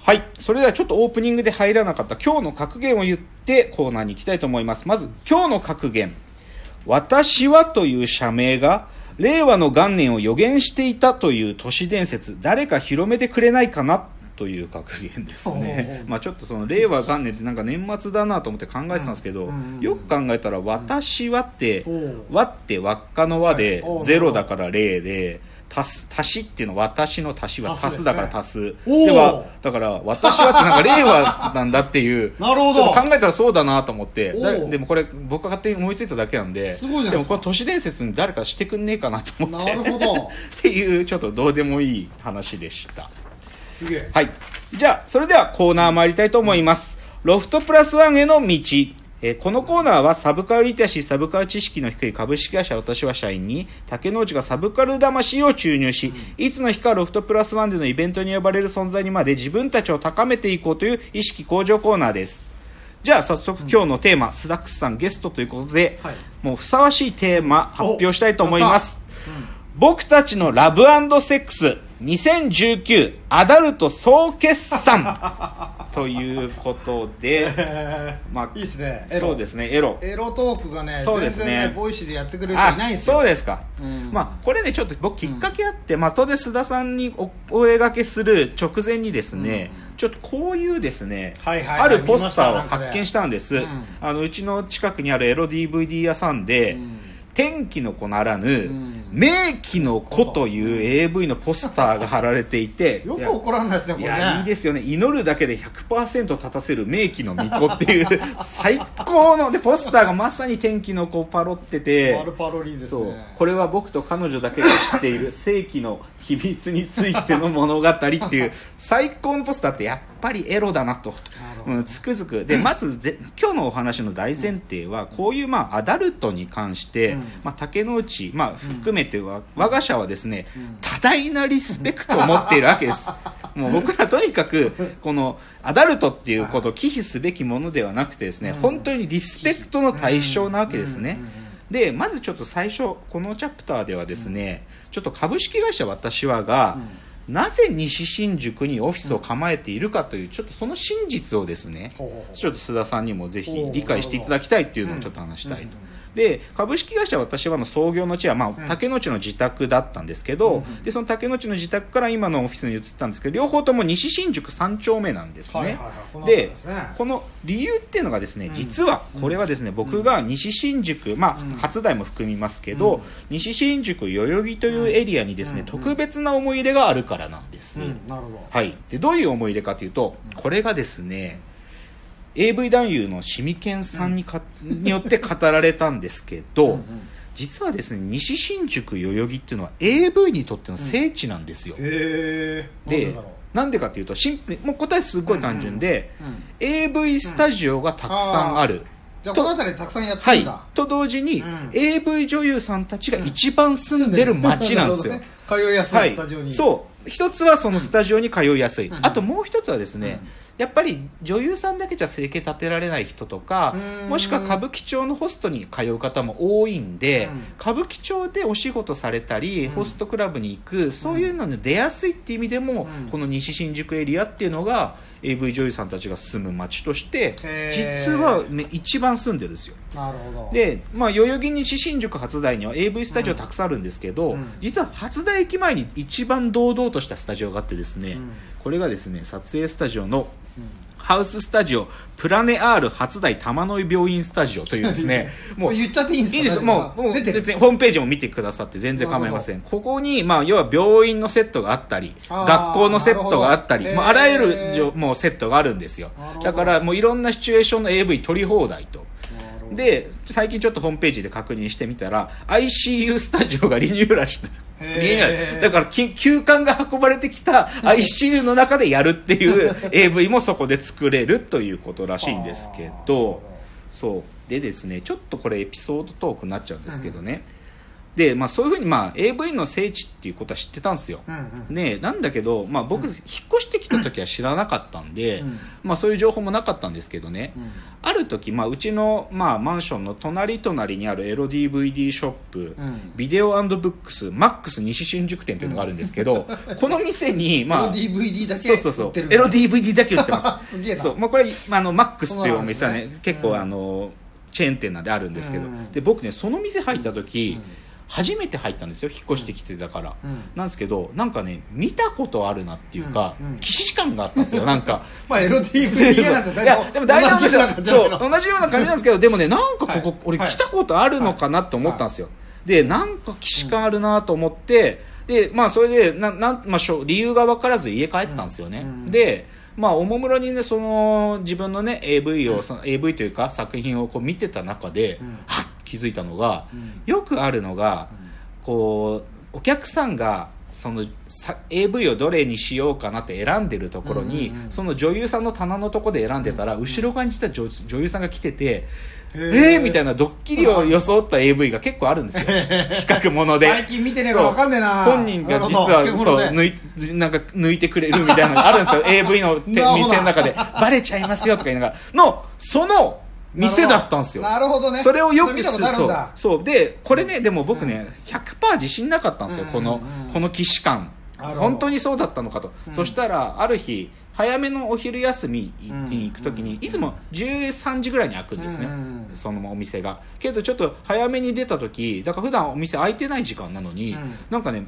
はい。それではちょっとオープニングで入らなかった今日の格言を言ってコーナーに行きたいと思います。まず、今日の格言。私はという社名が令和の元年を予言していたという都市伝説、誰か広めてくれないかなという格言ですね。まあちょっとその令和元年ってなんか年末だなと思って考えてたんですけど、よく考えたら私はって和って輪っかの和でゼロだから0で、足しっていうのは私の足しは足すだから足すでは、だから私はってなんか令和なんだっていうなるほど、 ちょっと考えたらそうだなと思って、でもこれ僕が勝手に思いついただけなんで、でもこの都市伝説に誰かしてくんねえかなと思ってなるほどっていうちょっとどうでもいい話でした。 すげえ。 はい、じゃあそれではコーナー参りたいと思います。ロフトプラスワンへの道。このコーナーはサブカルリテラシー、サブカル知識の低い株式会社私は社員に竹之内がサブカル魂を注入し、いつの日かロフトプラスワンでのイベントに呼ばれる存在にまで自分たちを高めていこうという意識向上コーナーです。じゃあ早速今日のテーマ、スダックスさんゲストということで、もうふさわしいテーマ発表したいと思います。僕たちのラブ&セックス2019アダルト総決算ということで、 まあいいですね。 そうですね、エロトークがね、 そうですね、 全然ねボイシーでやってくれる人いないんですよ。 そうですか。まあこれねちょっと僕きっかけあって、まあ後で須田さんにお描掛けする直前にですね、ちょっとこういうですね、あるポスターを発見したんです。うちの近くにあるエロ DVD 屋さんで、天気の子ならぬ、名気の子という AV のポスターが貼られていて、 よく怒らないですね、これね。 いや、いいですよね。祈るだけで 100% 立たせる名気の巫女っていう最高ので、ポスターがまさに天気の子をパロってて、 パロリーですね。 そう、これは僕と彼女だけが知っている世紀の秘密についての物語っていう最高のポスターってやっぱりエロだなと、つくづくで、まず今日のお話の大前提は、こういうまあアダルトに関して、まあ、竹之内、まあ、含めては、我が社はですね、多大なリスペクトを持っているわけです。もう僕らとにかくこのアダルトっていうことを忌避すべきものではなくてですね、本当にリスペクトの対象なわけですね。でまずちょっと最初このチャプターではですね、ちょっと株式会社私はが、なぜ西新宿にオフィスを構えているかという、ちょっとその真実をですね、ちょっと須田さんにもぜひ理解していただきたいっていうのをちょっと話したいと。で株式会社私はの創業の地は、まあ、竹之内の自宅だったんですけど、でその竹之内の自宅から今のオフィスに移ったんですけど、両方とも西新宿3丁目なんですね。でこの理由っていうのがですね、実はこれはですね、僕が西新宿、まあ初台も含みますけど、西新宿代々木というエリアにですね、特別な思い入れがあるからなんです。 なるほど。 はい。でどういう思い入れかというと、これがですね、AV 男優のシミケンさんによって語られたんですけど、実はですね、西新宿代々木っていうのは AV にとっての聖地なんですよ。でなんでかというと、シンプルにもう答えすごい単純で、AV スタジオがたくさんある。 じゃあこの辺りたくさんやってるんだ。 はい。と同時に、AV 女優さんたちが一番住んでる街なんですよ。 通いやすいスタジオに。 そう一つはそのスタジオに通いやすい、あともう一つはですね、やっぱり女優さんだけじゃ生計立てられない人とか、もしくは歌舞伎町のホストに通う方も多いんで、歌舞伎町でお仕事されたり、ホストクラブに行く、そういうのに出やすいっていう意味でも、この西新宿エリアっていうのが AV 女優さんたちが住む街として実は一番住んでるんですよ。 なるほど。 で、まあ、代々木西新宿初台には AV スタジオたくさんあるんですけど、実は初台駅前に一番堂々としたスタジオがあってですね、これがですね、撮影スタジオのハウススタジオプラネアール初台玉の井病院スタジオというですねもう言っちゃっていいんですか？ いいです。もう別にホームページも見てくださって全然構いません。ここに、まあ、要は病院のセットがあったり、学校のセットがあったり、もうあらゆるもうセットがあるんですよ。だからもういろんなシチュエーションの AV 取り放題と。で最近ちょっとホームページで確認してみたら ICU スタジオがリニューアルしてだから急患が運ばれてきた ICU の中でやるっていう AV もそこで作れるということらしいんですけど、そうでですね、ちょっとこれエピソードトークになっちゃうんですけどね、 で、まあ、そういうふうに、まあ、AV の聖地っていうことは知ってたんですよ、ね、なんだけど、まあ、僕、引っ越してきた時は知らなかったんで、まあ、そういう情報もなかったんですけどね、ある時、まあ、うちの、まあ、マンションの隣にあるエロ DVD ショップ、ビデオ&ブックスマックス西新宿店というのがあるんですけど、この店に、まあ、 エロ DVD だけ売ってる。 そうエロ DVD だけ売ってますすげえな。 そう、まあ、これ、マックスっていうお店はね、結構チェーン店なんであるんですけど、で僕ねその店入った時、初めて入ったんですよ、引っ越してきてたから、なんですけど、なんかね見たことあるなっていうか、既視感があったんですよ、なんかまあエロ DVD なんていやでも大体同じような感じそう同じような感じなんですけど、でもねなんかここ、俺来たことあるのかなって思ったんですよ、でなんか既視感あるなと思って、でまあそれでまあ、理由が分からず家帰ったんですよね、でまあ、おもむろにね、その自分のね AV というか作品をこう見てた中で、はっ気づいたのが、よくあるのが、こうお客さんがそのAV をどれにしようかなって選んでるところに、その女優さんの棚のとこで選んでたら、後ろ側にした女優さんが来てて、みたいなドッキリを装った AV が結構あるんですよ比較もので最近見てねえから分かんねえな。 本人が実はそうなんか抜いてくれるみたいなのがあるんですよAV の店の中でバレちゃいますよとか言いながらのその店だったんですよ。 なるほどね。 それをよくそうでこれね、でも僕ね 100% 自信なかったんですよ、この既視感本当にそうだったのかと、そしたらある日早めのお昼休みに行くときに、いつも13時ぐらいに開くんですね、そのお店が。けどちょっと早めに出たとき、だから普段お店開いてない時間なのに、なんかね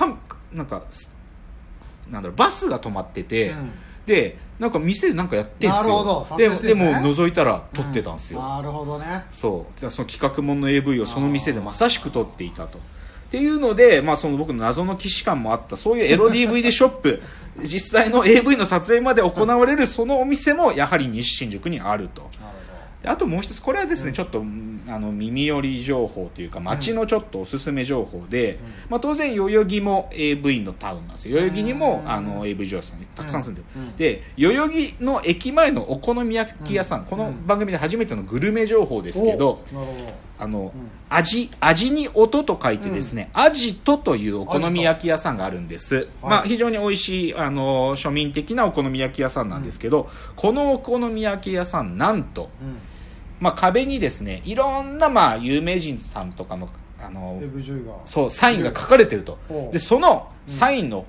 なんだろう、バスが止まってて、でなんか店でなんかやってんすよ。でも覗いたら撮ってたんですよ、 なるほどね。 そうその企画もんの AV をその店でまさしく撮っていたと。っていうので、まあ、その僕の謎の既視感もあったそういうエロ DVD ショップ実際の AV の撮影まで行われるそのお店もやはり西新宿にあると。あともう一つ、これはですね、ちょっと耳寄り情報というか街のちょっとおすすめ情報で、まあ、当然代々木も AV のタウンなんですよ。代々木にもAV 女優さんたくさん住んでる、で代々木の駅前のお好み焼き屋さん、この番組で初めてのグルメ情報ですけど、味に音と書いてですね、アジトというお好み焼き屋さんがあるんです、まあ、非常に美味しい庶民的なお好み焼き屋さんなんですけど、このお好み焼き屋さんなんと、まあ、壁にですねいろんなまあ有名人さんとかのそうサインが書かれてると。でそのサインの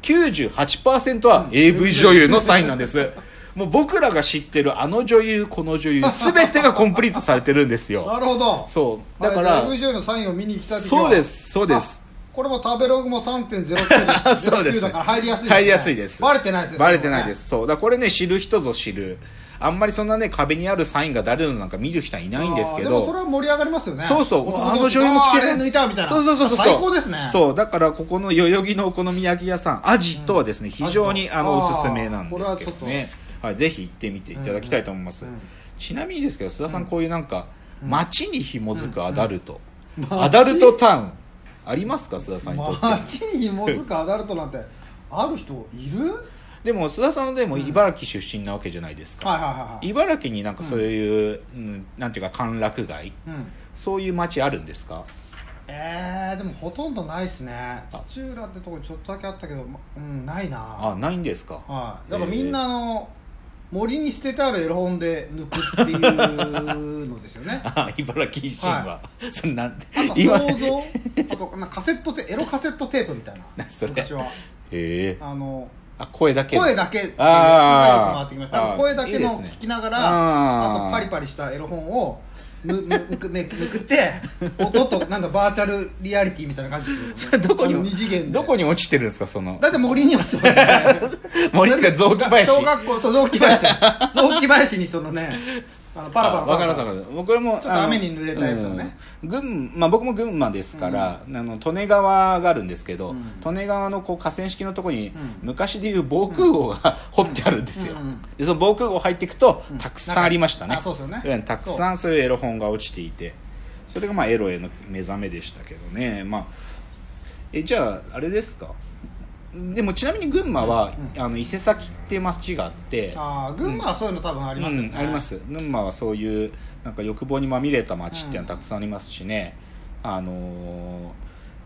98% は AV 女優のサインなんですもう僕らが知ってるあの女優この女優全てがコンプリートされてるんですよなるほど。 そうだから AV 女優のサインを見に来た時はそうですこれも食べログも 3.09 ですそうです、 だから入りやすいです、ね、 入りやすいです。 バレてないです。 バレてないです。そうだからこれね、知る人ぞ知る。あんまりそんなね壁にあるサインが誰のなんか見る人はいないんですけど、 でもそれは盛り上がりますよね。 そうそう、あの女優も来てる、 抜いたみたいな。 そう最高ですね。 そうだからここの代々木のお好み焼き屋さんアジトはですね、非常におすすめなんですけどね、はい、ぜひ行ってみていただきたいと思います、ちなみにですけど須田さん、こういうなんか街に紐づくアダルト、アダルトタウンありますか、須田さんにとって。 街に紐づくアダルトなんてある人いる？ でも須田さんでも茨城出身なわけじゃないですか、茨城になんかそういう、なんていうか歓楽街、そういう街あるんですか？ でもほとんどないですね。土浦ってところちょっとだけあったけど、ないな。 ないんですか？ だからみんな森に捨ててあるエロ本で抜くっていうのですよね茨城人は、そんなあと想像あとカセットエロカセットテープみたいな昔は声だけっていうのがよく回ってきました。声だけの聞きながら、あとパリパリしたエロ本をめくって音となんだバーチャルリアリティみたいな感じですよ。 どこに 2次元でどこに落ちてるんですか？そのだって森に落ちてますね森って雑木林、 小学校、雑木林にそのねパラパラ分かります分かります。僕もちょっと雨に濡れたやつをね、 僕も群馬ですから、利根川があるんですけど、利根川のこう河川敷のところに、昔でいう防空壕が掘ってあるんですよ、でその防空壕入っていくとたくさんありましたね。 そうですよね。 たくさんそういうエロ本が落ちていて、それがまあエロへの目覚めでしたけどね。じゃああれですか？でもちなみに群馬は、伊勢崎って町があって、 群馬はそういうの多分ありますよね、 あります。群馬はそういうなんか欲望にまみれた町っていうのはたくさんありますしね、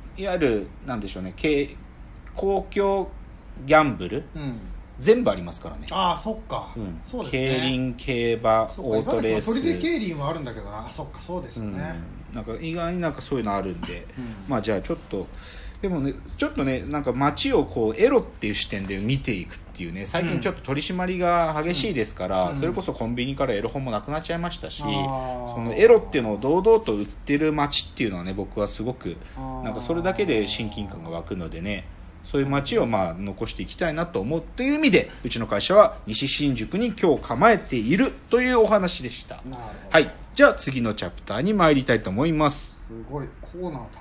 いわゆるなんでしょうね、公共ギャンブル、全部ありますからね。 ああそっか、そうですね。 競輪、競馬、オートレース、 それで競輪はあるんだけどな。そっか、そうですよね、 なんか意外になんかそういうのあるんで、まあじゃあちょっとでもね、ちょっとね、なんか街をこうエロっていう視点で見ていくっていうね、最近ちょっと取り締まりが激しいですから、それこそコンビニからエロ本もなくなっちゃいましたし、そのエロっていうのを堂々と売ってる街っていうのはね、僕はすごくなんかそれだけで親近感が湧くのでね、そういう街をまあ残していきたいなと思うという意味で、うちの会社は西新宿に今日構えているというお話でした。はい、じゃあ次のチャプターに参りたいと思います。 すごいコーナー